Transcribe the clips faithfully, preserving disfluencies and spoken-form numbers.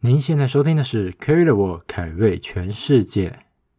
您现在收听的是 Kerry 的我凯瑞全世界。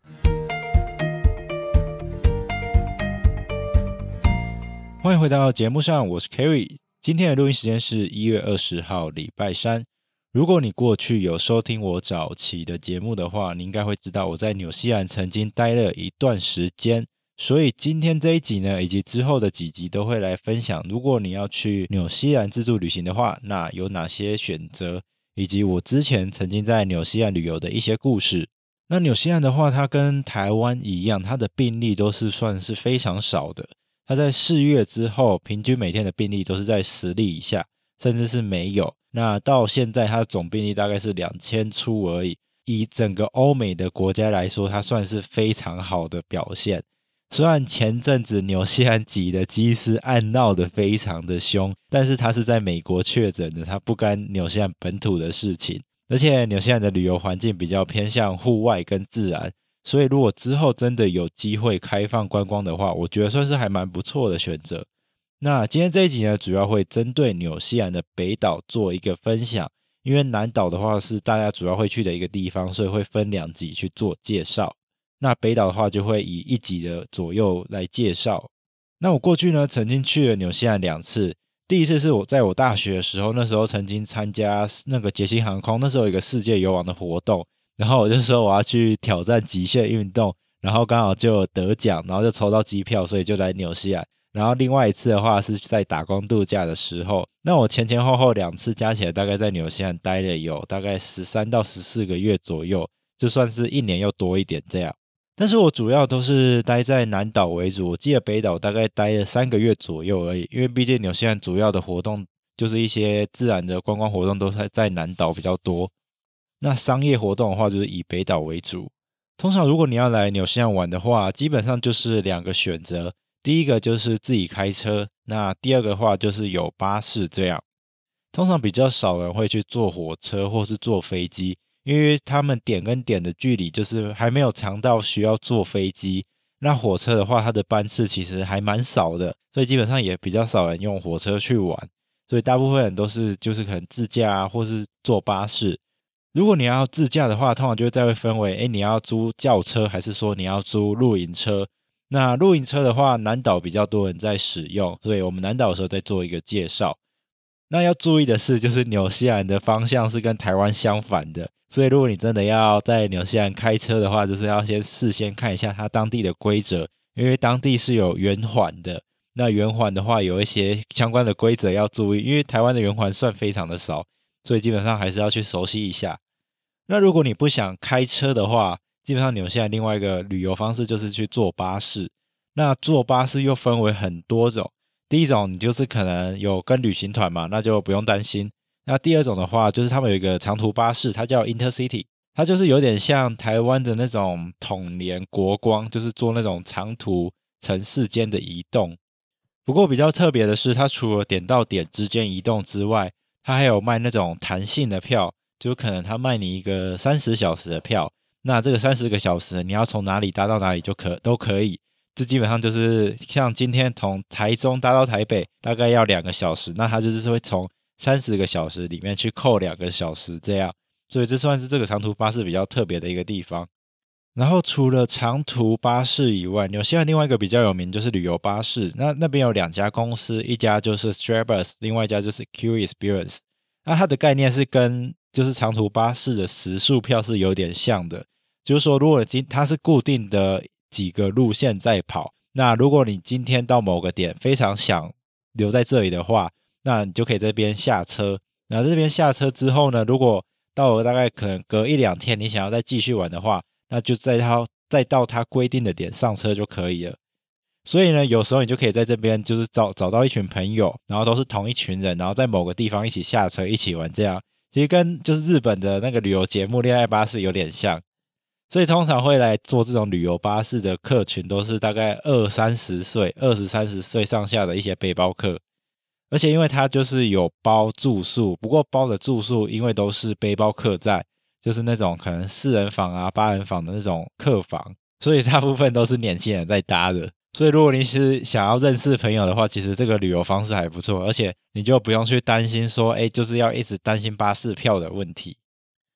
欢迎回到节目上，我是 Kerry。今天的录音时间是一月二十号礼拜三。如果你过去有收听我早期的节目的话，你应该会知道我在纽西兰曾经待了一段时间，所以今天这一集呢，以及之后的几集都会来分享，如果你要去纽西兰自助旅行的话，那有哪些选择，以及我之前曾经在纽西兰旅游的一些故事。那纽西兰的话，它跟台湾一样，它的病例都是算是非常少的。它在四月之后，平均每天的病例都是在十例以下，甚至是没有。那到现在，它的总病例大概是两千出而已。以整个欧美的国家来说，它算是非常好的表现。虽然前阵子纽西兰籍的机师案闹得非常的凶，但是他是在美国确诊的，他不干纽西兰本土的事情。而且纽西兰的旅游环境比较偏向户外跟自然，所以如果之后真的有机会开放观光的话，我觉得算是还蛮不错的选择。那今天这一集呢，主要会针对纽西兰的北岛做一个分享，因为南岛的话是大家主要会去的一个地方，所以会分两集去做介绍。那北岛的话就会以一集的左右来介绍。那我过去呢曾经去了纽西兰两次，第一次是我在我大学的时候，那时候曾经参加那个捷星航空，那时候有一个世界游网的活动，然后我就说我要去挑战极限运动，然后刚好就得奖，然后就抽到机票，所以就来纽西兰。然后另外一次的话是在打工度假的时候，那我前前后后两次加起来大概在纽西兰待了有大概十三到十四个月左右，就算是一年又多一点这样。但是我主要都是待在南岛为主，我记得北岛大概待了三个月左右而已，因为毕竟纽西兰主要的活动就是一些自然的观光活动都是在南岛比较多，那商业活动的话就是以北岛为主。通常如果你要来纽西兰玩的话，基本上就是两个选择，第一个就是自己开车，那第二个的话就是有巴士这样。通常比较少人会去坐火车或是坐飞机，因为他们点跟点的距离就是还没有长到需要坐飞机。那火车的话，它的班次其实还蛮少的，所以基本上也比较少人用火车去玩，所以大部分人都是就是可能自驾啊，或是坐巴士。如果你要自驾的话，通常就再会分为诶你要租轿车还是说你要租露营车。那露营车的话，南岛比较多人在使用，所以我们南岛的时候再做一个介绍。那要注意的是，就是纽西兰的方向是跟台湾相反的，所以如果你真的要在纽西兰开车的话，就是要先事先看一下它当地的规则，因为当地是有圆环的。那圆环的话有一些相关的规则要注意，因为台湾的圆环算非常的少，所以基本上还是要去熟悉一下。那如果你不想开车的话，基本上纽西兰另外一个旅游方式就是去坐巴士。那坐巴士又分为很多种，第一种你就是可能有跟旅行团嘛，那就不用担心。那第二种的话就是他们有一个长途巴士，它叫 Intercity， 它就是有点像台湾的那种统联国光，就是做那种长途城市间的移动。不过比较特别的是，它除了点到点之间移动之外，它还有卖那种弹性的票，就可能它卖你一个三十小时的票，那这个三十个小时你要从哪里搭到哪里就可都可以。这基本上就是像今天从台中搭到台北大概要两个小时，那它就是会从三十个小时里面去扣两个小时这样，所以这算是这个长途巴士比较特别的一个地方。然后除了长途巴士以外，纽西兰另外一个比较有名就是旅游巴士，那那边有两家公司，一家就是 Stradbus， 另外一家就是 Q Experience。 那它的概念是跟就是长途巴士的时速票是有点像的，就是说如果它是固定的几个路线在跑，那如果你今天到某个点非常想留在这里的话，那你就可以在这边下车。那这边下车之后呢，如果到了大概可能隔一两天你想要再继续玩的话，那就在它再到它规定的点上车就可以了。所以呢，有时候你就可以在这边就是找找到一群朋友，然后都是同一群人，然后在某个地方一起下车一起玩这样。其实跟就是日本的那个旅游节目恋爱巴士有点像。所以通常会来做这种旅游巴士的客群都是大概二三十岁、二十三十岁上下的一些背包客。而且因为它就是有包住宿，不过包的住宿因为都是背包客栈，就是那种可能四人房啊、八人房的那种客房，所以大部分都是年轻人在搭的。所以如果你是想要认识朋友的话，其实这个旅游方式还不错，而且你就不用去担心说诶就是要一直担心巴士票的问题。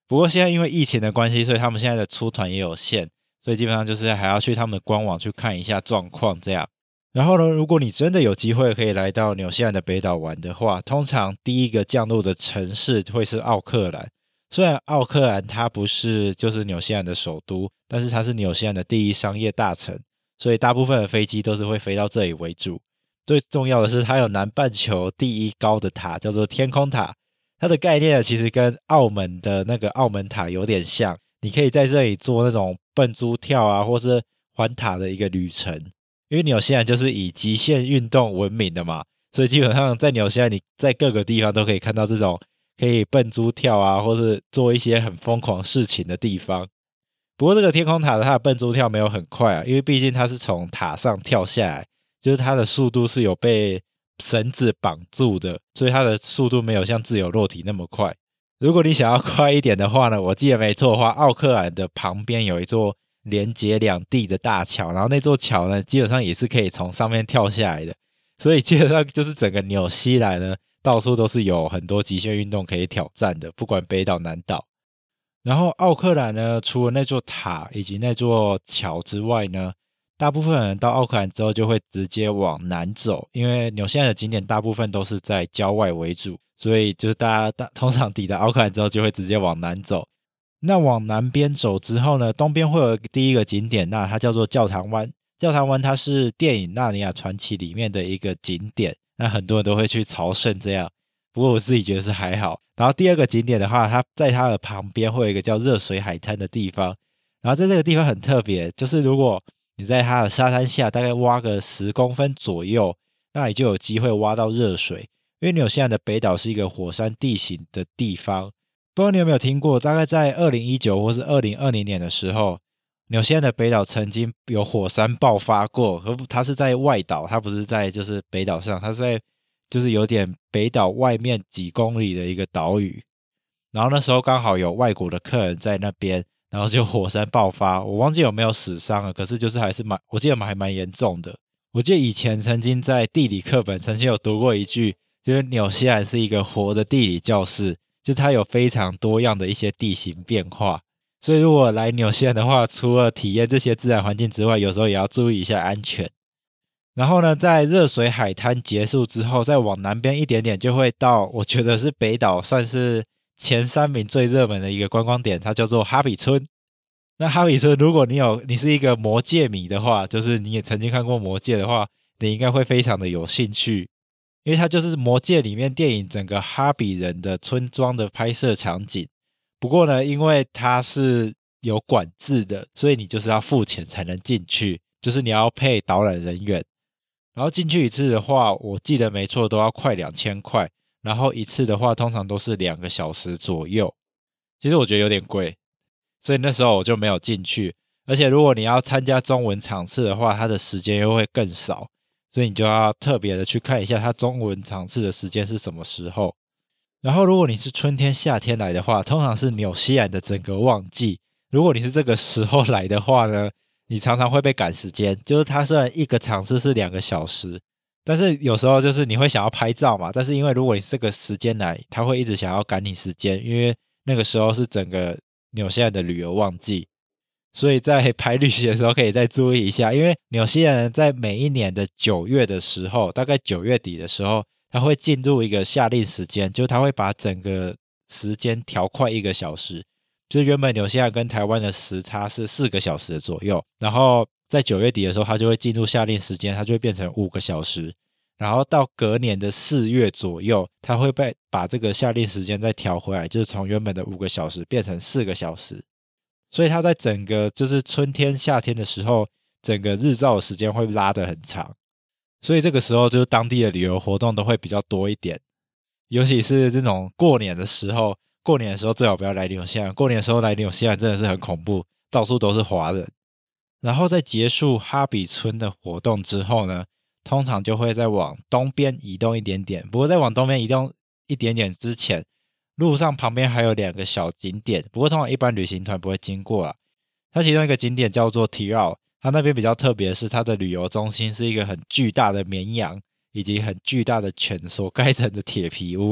不过现在因为疫情的关系，所以他们现在的出团也有限，所以基本上就是还要去他们的官网去看一下状况这样。然后呢，如果你真的有机会可以来到纽西兰的北岛玩的话，通常第一个降落的城市会是奥克兰。虽然奥克兰它不是就是纽西兰的首都，但是它是纽西兰的第一商业大城，所以大部分的飞机都是会飞到这里为主。最重要的是它有南半球第一高的塔，叫做天空塔。它的概念其实跟澳门的那个澳门塔有点像，你可以在这里做那种笨猪跳啊，或是环塔的一个旅程。因为纽西兰就是以极限运动闻名的嘛，所以基本上在纽西兰你在各个地方都可以看到这种可以笨猪跳啊，或是做一些很疯狂事情的地方。不过这个天空塔的它的笨猪跳没有很快啊，因为毕竟它是从塔上跳下来，就是它的速度是有被绳子绑住的，所以它的速度没有像自由落体那么快。如果你想要快一点的话呢，我记得没错的话，奥克兰的旁边有一座连接两地的大桥，然后那座桥呢基本上也是可以从上面跳下来的，所以基本上就是整个纽西兰呢到处都是有很多极限运动可以挑战的，不管北岛南岛。然后奥克兰呢，除了那座塔以及那座桥之外呢，大部分人到奥克兰之后就会直接往南走，因为纽西兰的景点大部分都是在郊外为主，所以就是大家大通常抵达奥克兰之后就会直接往南走。那往南边走之后呢，东边会有第一个景点，那它叫做教堂湾。教堂湾它是电影《纳尼亚传奇》里面的一个景点，那很多人都会去朝圣这样，不过我自己觉得是还好。然后第二个景点的话，它在它的旁边会有一个叫热水海滩的地方，然后在这个地方很特别，就是如果你在它的沙滩下大概挖个十公分左右，那你就有机会挖到热水。因为纽西兰的北岛是一个火山地形的地方，不知道你有没有听过，大概在二零一九或是二零二零年的时候，纽西兰的北岛曾经有火山爆发过，可它是在外岛，它不是在就是北岛上，它是在就是有点北岛外面几公里的一个岛屿。然后那时候刚好有外国的客人在那边，然后就火山爆发，我忘记有没有死伤了，可是就是还是蛮，我记得还蛮严重的。我记得以前曾经在地理课本曾经有读过一句，就是纽西兰是一个活的地理教室，就它有非常多样的一些地形变化，所以如果来纽西兰的话，除了体验这些自然环境之外，有时候也要注意一下安全。然后呢，在热水海滩结束之后，再往南边一点点就会到，我觉得是北岛算是前三名最热门的一个观光点，它叫做哈比村。那哈比村如果你有你是一个魔戒迷的话，就是你也曾经看过魔戒的话，你应该会非常的有兴趣，因为它就是魔戒里面电影整个哈比人的村庄的拍摄场景。不过呢，因为它是有管制的，所以你就是要付钱才能进去，就是你要配导览人员。然后进去一次的话，我记得没错都要快两千块，然后一次的话通常都是两个小时左右。其实我觉得有点贵，所以那时候我就没有进去。而且如果你要参加中文场次的话，它的时间又会更少，所以你就要特别的去看一下它中文场次的时间是什么时候。然后如果你是春天夏天来的话，通常是纽西兰的整个旺季。如果你是这个时候来的话呢，你常常会被赶时间，就是它虽然一个场次是两个小时，但是有时候就是你会想要拍照嘛，但是因为如果你是这个时间来，他会一直想要赶你时间，因为那个时候是整个纽西兰的旅游旺季，所以在排旅行的时候可以再注意一下，因为纽西兰人在每一年的九月的时候，大概九月底的时候，他会进入一个夏令时间，就是他会把整个时间调快一个小时。就是原本纽西兰跟台湾的时差是四个小时的左右，然后在九月底的时候，它就会进入夏令时间，它就会变成五个小时，然后到隔年的四月左右，它会被把这个夏令时间再调回来，就是从原本的五个小时变成四个小时，所以它在整个就是春天夏天的时候，整个日照的时间会拉得很长，所以这个时候就是当地的旅游活动都会比较多一点，尤其是这种过年的时候。过年的时候最好不要来纽西兰，过年的时候来纽西兰真的是很恐怖，到处都是华人。然后在结束哈比村的活动之后呢，通常就会再往东边移动一点点。不过在往东边移动一点点之前，路上旁边还有两个小景点，不过通常一般旅行团不会经过啦。它其中一个景点叫做提奥，它那边比较特别的是它的旅游中心是一个很巨大的绵羊以及很巨大的犬所盖成的铁皮屋。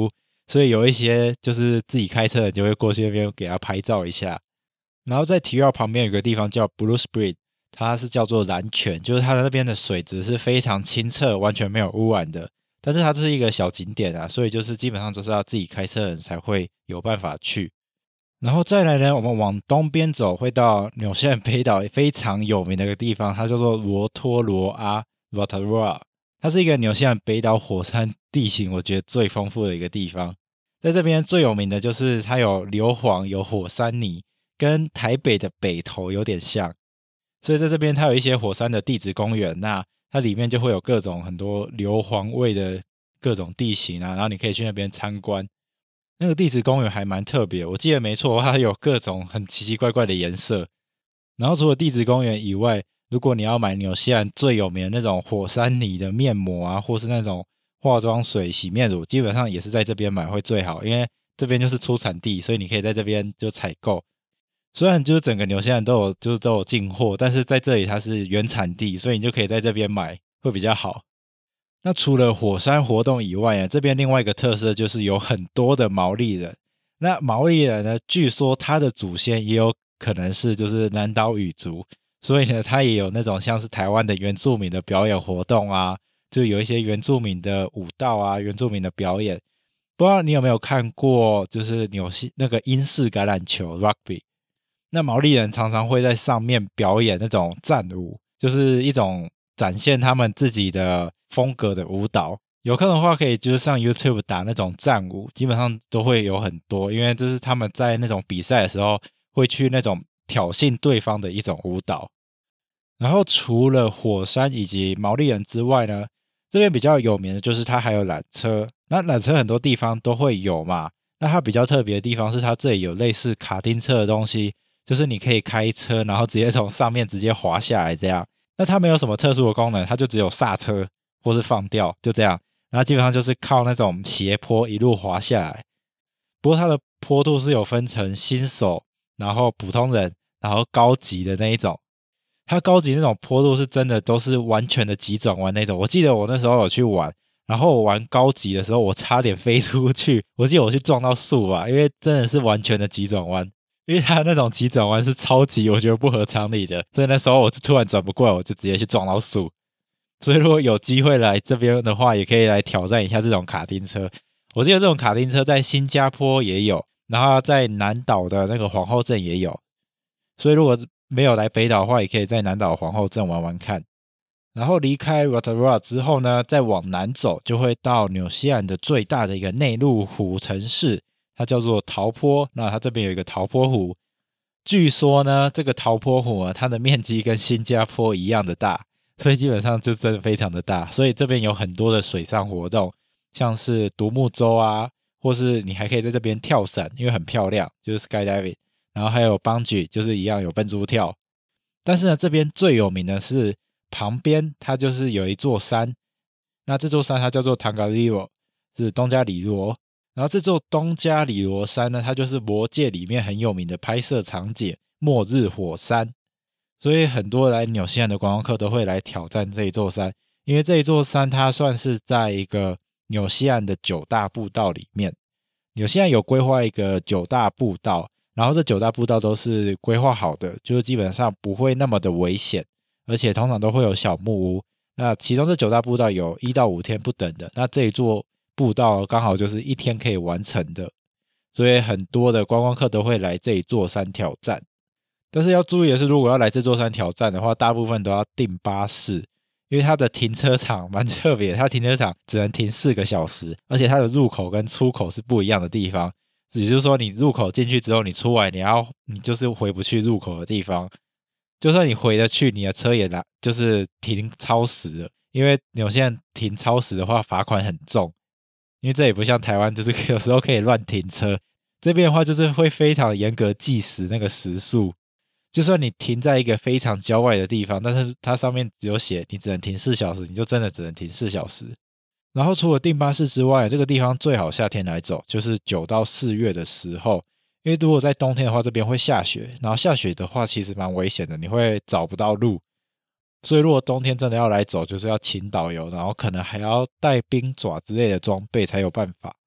所以有一些就是自己开车的人就会过去那边给他拍照一下。然后在体育场旁边有个地方叫 Blue Spring， 它是叫做蓝泉，就是它的那边的水质是非常清澈，完全没有污染的。但是它这是一个小景点啊，所以就是基本上都是要自己开车的人才会有办法去。然后再来呢，我们往东边走，会到纽西兰北岛非常有名的一个地方，它叫做罗托罗阿 （Rotorua）。它是一个纽西兰北岛火山地形，我觉得最丰富的一个地方。在这边最有名的就是它有硫磺、有火山泥，跟台北的北投有点像。所以在这边它有一些火山的地质公园，那它里面就会有各种很多硫磺味的各种地形啊，然后你可以去那边参观。那个地质公园还蛮特别，我记得没错，它有各种很奇奇怪怪的颜色。然后除了地质公园以外，如果你要买纽西兰最有名的那种火山泥的面膜啊，或是那种化妆水、洗面乳，基本上也是在这边买会最好，因为这边就是出产地，所以你可以在这边就采购。虽然就是整个纽西兰都有就是都有进货，但是在这里它是原产地，所以你就可以在这边买会比较好。那除了火山活动以外啊，这边另外一个特色就是有很多的毛利人。那毛利人呢，据说他的祖先也有可能是就是南岛语族，所以呢，他也有那种像是台湾的原住民的表演活动啊，就有一些原住民的舞蹈啊，原住民的表演。不知道你有没有看过，就是纽西那个英式橄榄球 rugby， 那毛利人常常会在上面表演那种战舞，就是一种展现他们自己的风格的舞蹈。有空的话可以就是上 YouTube 打那种战舞，基本上都会有很多，因为这是他们在那种比赛的时候会去那种挑衅对方的一种舞蹈。然后除了火山以及毛利人之外呢，这边比较有名的就是它还有缆车。那缆车很多地方都会有嘛，那它比较特别的地方是它这里有类似卡丁车的东西，就是你可以开车然后直接从上面直接滑下来这样。那它没有什么特殊的功能，它就只有刹车或是放掉，就这样。然后基本上就是靠那种斜坡一路滑下来。不过它的坡度是有分成新手，然后普通人，然后高级的那一种。它高级那种坡度是真的都是完全的急转弯那种。我记得我那时候有去玩，然后我玩高级的时候，我差点飞出去。我记得我去撞到树吧，因为真的是完全的急转弯。因为它那种急转弯是超级我觉得不合常理的，所以那时候我就突然转不过来，我就直接去撞到树。所以如果有机会来这边的话，也可以来挑战一下这种卡丁车。我记得这种卡丁车在新加坡也有，然后在南岛的那个皇后镇也有。所以如果没有来北岛的话，也可以在南岛皇后镇玩玩看。然后离开 Rotorua 之后呢，再往南走就会到纽西兰的最大的一个内陆湖城市，它叫做陶坡。那它这边有一个陶坡湖，据说呢，这个陶坡湖啊，它的面积跟新加坡一样的大，所以基本上就真的非常的大。所以这边有很多的水上活动，像是独木舟啊，或是你还可以在这边跳伞，因为很漂亮，就是 skydiving。然后还有 bungee， 就是一样有笨猪跳。但是呢，这边最有名的是旁边它就是有一座山，那这座山它叫做 Tongariro， 是东加里罗。然后这座东加里罗山呢，它就是魔戒里面很有名的拍摄场景末日火山，所以很多来纽西兰的观光客都会来挑战这一座山。因为这一座山它算是在一个纽西兰的九大步道里面，纽西兰有规划一个九大步道，然后这九大步道都是规划好的，就是基本上不会那么的危险，而且通常都会有小木屋。那其中这九大步道有一到五天不等的，那这一座步道刚好就是一天可以完成的，所以很多的观光客都会来这一座山挑战。但是要注意的是，如果要来这座山挑战的话，大部分都要订巴士，因为它的停车场蛮特别的，它停车场只能停四个小时，而且它的入口跟出口是不一样的地方。也就是说，你入口进去之后，你出来，你要你就是回不去入口的地方。就算你回得去，你的车也拿就是停超时了，因为纽西兰停超时的话罚款很重。因为这也不像台湾，就是有时候可以乱停车，这边的话就是会非常严格计时那个时速。就算你停在一个非常郊外的地方，但是它上面只有写你只能停四小时，你就真的只能停四小时。然后除了订巴士之外，这个地方最好夏天来走，就是九到四月的时候。因为如果在冬天的话，这边会下雪，然后下雪的话其实蛮危险的，你会找不到路。所以如果冬天真的要来走，就是要请导游，然后可能还要带冰爪之类的装备才有办法。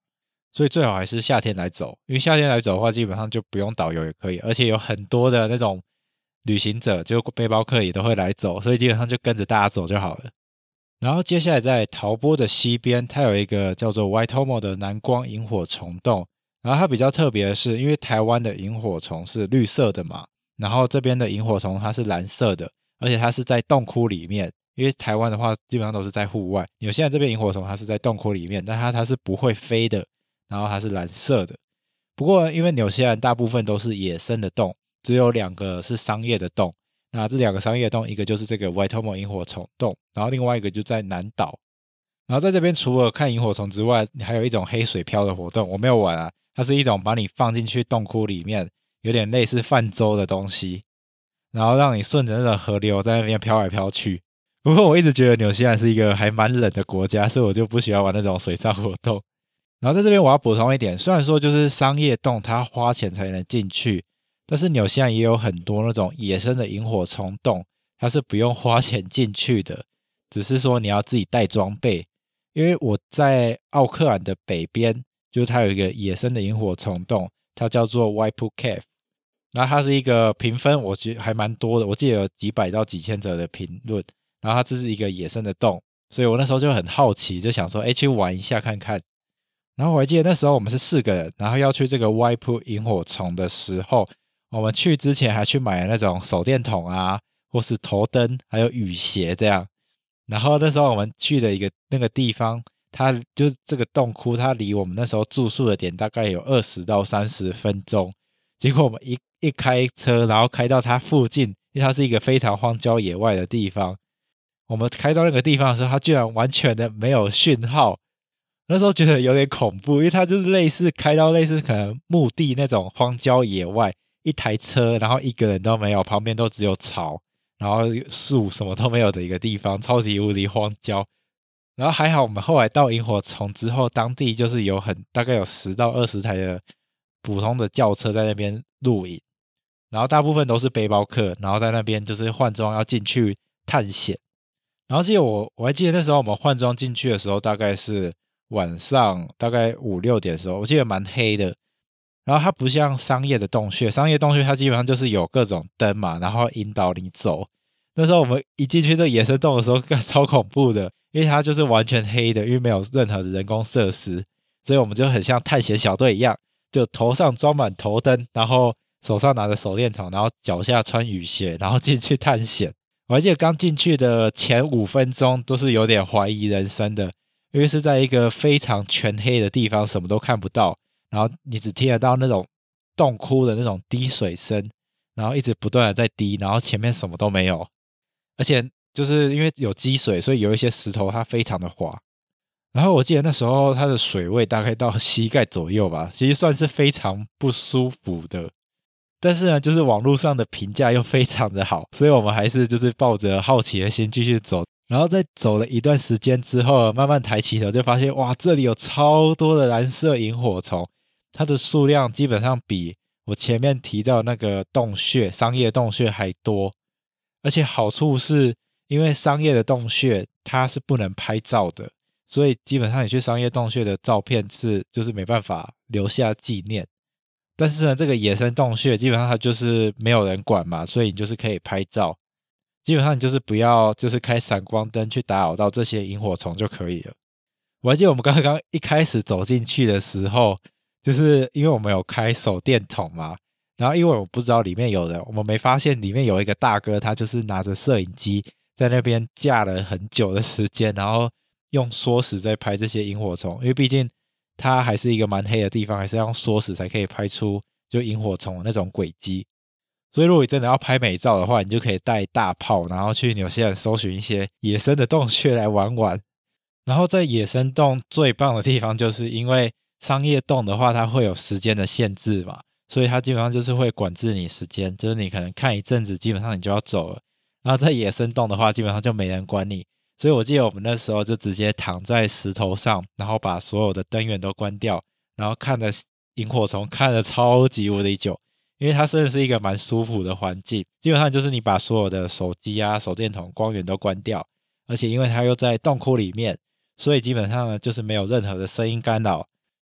所以最好还是夏天来走，因为夏天来走的话，基本上就不用导游也可以，而且有很多的那种旅行者，就背包客也都会来走，所以基本上就跟着大家走就好了。然后接下来在陶波的西边，它有一个叫做 Waitomo 的南光萤火虫洞，然后它比较特别的是，因为台湾的萤火虫是绿色的嘛，然后这边的萤火虫它是蓝色的，而且它是在洞窟里面。因为台湾的话基本上都是在户外，纽西兰这边萤火虫它是在洞窟里面，但它它是不会飞的，然后它是蓝色的。不过因为纽西兰大部分都是野生的洞，只有两个是商业的洞，那这两个商业洞一个就是这个 Waitomo 萤火虫洞，然后另外一个就在南岛。然后在这边除了看萤火虫之外，还有一种黑水漂的活动，我没有玩啊，它是一种把你放进去洞窟里面，有点类似泛舟的东西，然后让你顺着那个河流在那边飘来飘去。不过我一直觉得纽西兰是一个还蛮冷的国家，所以我就不喜欢玩那种水上活动。然后在这边我要补充一点，虽然说就是商业洞它花钱才能进去，但是纽西兰也有很多那种野生的萤火虫洞，它是不用花钱进去的，只是说你要自己带装备。因为我在奥克兰的北边，就是它有一个野生的萤火虫洞，它叫做 Waipu Cave， 然后它是一个评分我觉得还蛮多的，我记得有几百到几千则的评论。然后它这是一个野生的洞，所以我那时候就很好奇，就想说诶去玩一下看看。然后我还记得那时候我们是四个人，然后要去这个 Waipu 萤火虫的时候，我们去之前还去买了那种手电筒啊，或是头灯，还有雨鞋这样。然后那时候我们去的一个那个地方，它就这个洞窟，它离我们那时候住宿的点大概有二十到三十分钟。结果我们一一开车，然后开到它附近，因为它是一个非常荒郊野外的地方。我们开到那个地方的时候，它居然完全的没有讯号。那时候觉得有点恐怖，因为它就是类似开到类似可能墓地那种荒郊野外，一台车然后一个人都没有，旁边都只有草，然后树什么都没有的一个地方，超级无敌荒郊。然后还好我们后来到萤火虫之后，当地就是有很大概有十到二十台的普通的轿车在那边露营，然后大部分都是背包客，然后在那边就是换装要进去探险。然后记得我我还记得那时候我们换装进去的时候大概是晚上大概五六点的时候，我记得蛮黑的。然后它不像商业的洞穴，商业洞穴它基本上就是有各种灯嘛，然后引导你走。那时候我们一进去这个野生洞的时候超恐怖的，因为它就是完全黑的，因为没有任何的人工设施，所以我们就很像探险小队一样，就头上装满头灯，然后手上拿着手电筒，然后脚下穿雨鞋，然后进去探险。我还记得刚进去的前五分钟都是有点怀疑人生的，因为是在一个非常全黑的地方，什么都看不到，然后你只听得到那种洞窟的那种滴水声，然后一直不断的在滴，然后前面什么都没有，而且就是因为有积水，所以有一些石头它非常的滑。然后我记得那时候它的水位大概到膝盖左右吧，其实算是非常不舒服的。但是呢，就是网络上的评价又非常的好，所以我们还是就是抱着好奇的心继续走。然后在走了一段时间之后，慢慢抬起头就发现，哇，这里有超多的蓝色萤火虫，它的数量基本上比我前面提到那个洞穴商业洞穴还多。而且好处是因为商业的洞穴它是不能拍照的，所以基本上你去商业洞穴的照片是就是没办法留下纪念。但是呢，这个野生洞穴基本上它就是没有人管嘛，所以你就是可以拍照。基本上你就是不要就是开闪光灯去打扰到这些萤火虫就可以了。我还记得我们刚刚一开始走进去的时候，就是因为我们有开手电筒嘛，然后因为我不知道里面有人，我们没发现里面有一个大哥，他就是拿着摄影机在那边架了很久的时间，然后用缩时在拍这些萤火虫，因为毕竟它还是一个蛮黑的地方，还是要用缩时才可以拍出就萤火虫的那种轨迹。所以如果你真的要拍美照的话，你就可以带大炮，然后去纽西兰搜寻一些野生的洞穴来玩玩。然后在野生洞最棒的地方就是因为商业洞的话它会有时间的限制嘛，所以它基本上就是会管制你时间，就是你可能看一阵子基本上你就要走了。然后在野生洞的话基本上就没人管你，所以我记得我们那时候就直接躺在石头上，然后把所有的灯源都关掉，然后看着萤火虫看了超级无敌久，因为它真的是一个蛮舒服的环境。基本上就是你把所有的手机啊手电筒光源都关掉，而且因为它又在洞窟里面，所以基本上呢就是没有任何的声音干扰。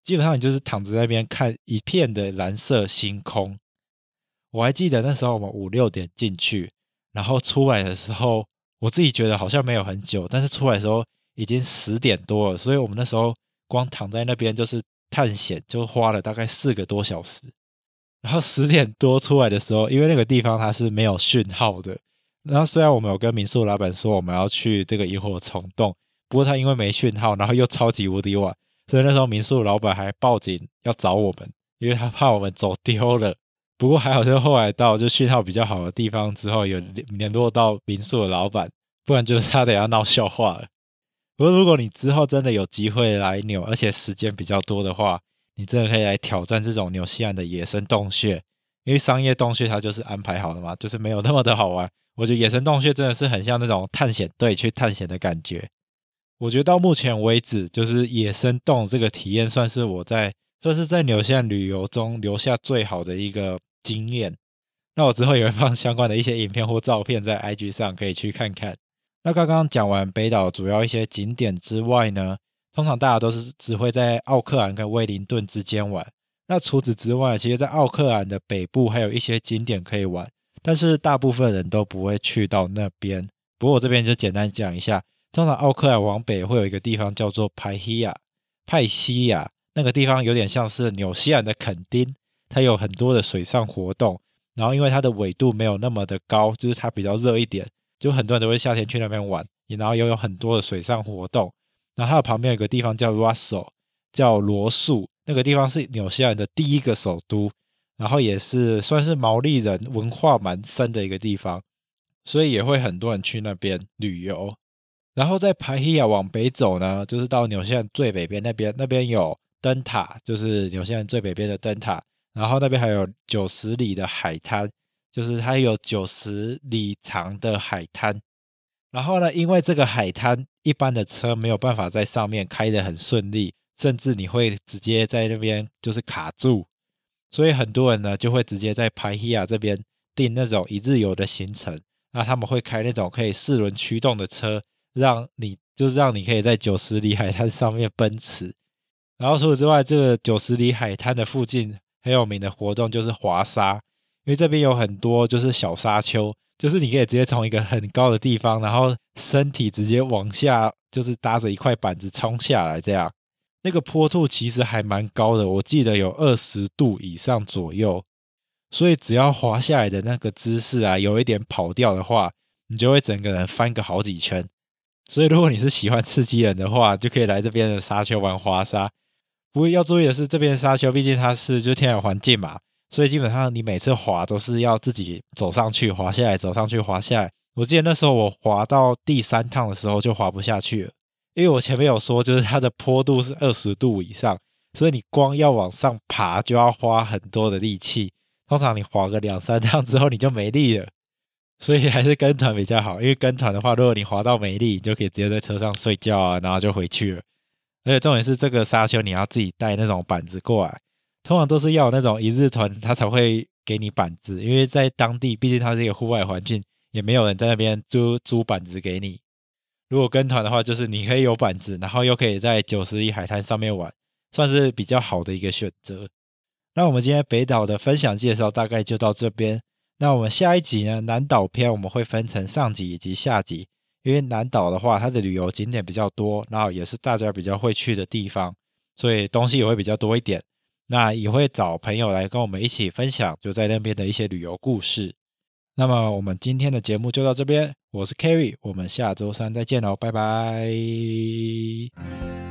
基本上你就是躺在那边看一片的蓝色星空。我还记得那时候我们五六点进去，然后出来的时候我自己觉得好像没有很久，但是出来的时候已经十点多了，所以我们那时候光躺在那边就是探险就花了大概四个多小时。然后十点多出来的时候，因为那个地方它是没有讯号的，然后虽然我们有跟民宿老板说我们要去这个萤火虫洞，不过他因为没讯号，然后又超级无敌晚，所以那时候民宿老板还报警要找我们，因为他怕我们走丢了。不过还好就后来到就讯号比较好的地方之后，有联络到民宿的老板，不然就是他得要闹笑话了。不过如果你之后真的有机会来纽，而且时间比较多的话，你真的可以来挑战这种纽西兰的野生洞穴，因为商业洞穴它就是安排好的嘛，就是没有那么的好玩。我觉得野生洞穴真的是很像那种探险队去探险的感觉。我觉得到目前为止，就是野生洞这个体验算是我在算是在纽西兰旅游中留下最好的一个经验。那我之后也会放相关的一些影片或照片在 I G 上，可以去看看。那刚刚讲完北岛主要一些景点之外呢，通常大家都是只会在奥克兰跟威灵顿之间玩。那除此之外，其实在奥克兰的北部还有一些景点可以玩，但是大部分人都不会去到那边。不过我这边就简单讲一下，通常奥克兰往北会有一个地方叫做派西亚，派西亚那个地方有点像是纽西兰的垦丁，它有很多的水上活动，然后因为它的纬度没有那么的高，就是它比较热一点，就很多人都会夏天去那边玩，然后又有很多的水上活动。然后它的旁边有一个地方叫 Russell， 叫罗素，那个地方是纽西兰的第一个首都，然后也是算是毛利人文化蛮深的一个地方，所以也会很多人去那边旅游。然后在派西亚往北走呢，就是到纽西兰最北边那边，那边有灯塔，就是纽西兰最北边的灯塔，然后那边还有九十里的海滩，就是它有九十里长的海滩。然后呢，因为这个海滩一般的车没有办法在上面开得很顺利，甚至你会直接在那边就是卡住，所以很多人呢就会直接在派西亚这边订那种一日游的行程。那他们会开那种可以四轮驱动的车，让你就是让你可以在九十里海滩上面奔驰。然后除此之外，这个九十里海滩的附近很有名的活动就是滑沙，因为这边有很多就是小沙丘，就是你可以直接从一个很高的地方，然后身体直接往下，就是搭着一块板子冲下来这样。那个坡度其实还蛮高的，我记得有二十度以上左右，所以只要滑下来的那个姿势啊有一点跑掉的话，你就会整个人翻个好几圈。所以如果你是喜欢刺激人的话，就可以来这边的沙丘玩滑沙。不过要注意的是，这边的沙丘毕竟它是就是天然环境嘛，所以基本上你每次滑都是要自己走上去滑下来，走上去滑下来。我记得那时候我滑到第三趟的时候就滑不下去了，因为我前面有说就是它的坡度是二十度以上，所以你光要往上爬就要花很多的力气，通常你滑个两三趟之后你就没力了。所以还是跟团比较好，因为跟团的话，如果你滑到没力，你就可以直接在车上睡觉啊，然后就回去了。而且重点是这个沙丘你要自己带那种板子过来，通常都是要有那种一日团他才会给你板子，因为在当地毕竟它是一个户外环境，也没有人在那边租租板子给你。如果跟团的话，就是你可以有板子，然后又可以在九十里海滩上面玩，算是比较好的一个选择。那我们今天北岛的分享介绍大概就到这边。那我们下一集呢，南岛篇我们会分成上集以及下集，因为南岛的话它的旅游景点比较多，然后也是大家比较会去的地方，所以东西也会比较多一点。那也会找朋友来跟我们一起分享就在那边的一些旅游故事。那么我们今天的节目就到这边，我是 Kerry， 我们下周三再见喽，拜拜。